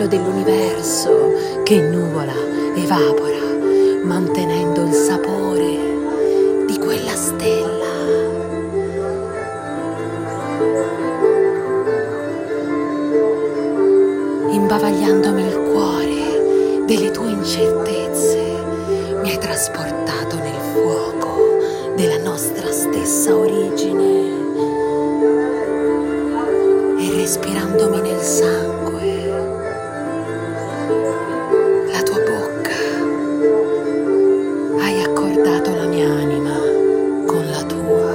cielo dell'universo che nuvola, evapora, mantenendo il sapore di quella stella. Imbavagliandomi il cuore delle tue incertezze, mi hai trasportato nel fuoco della nostra stessa origine e respirandomi nel sangue la tua bocca, hai accordato la mia anima con la tua,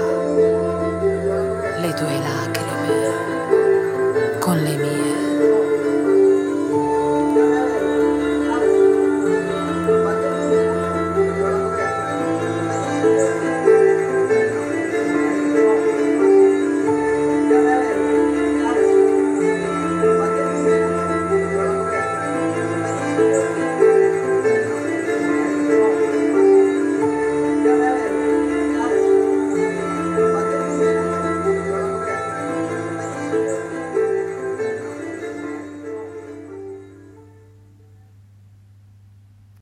le tue lacrime con le mie.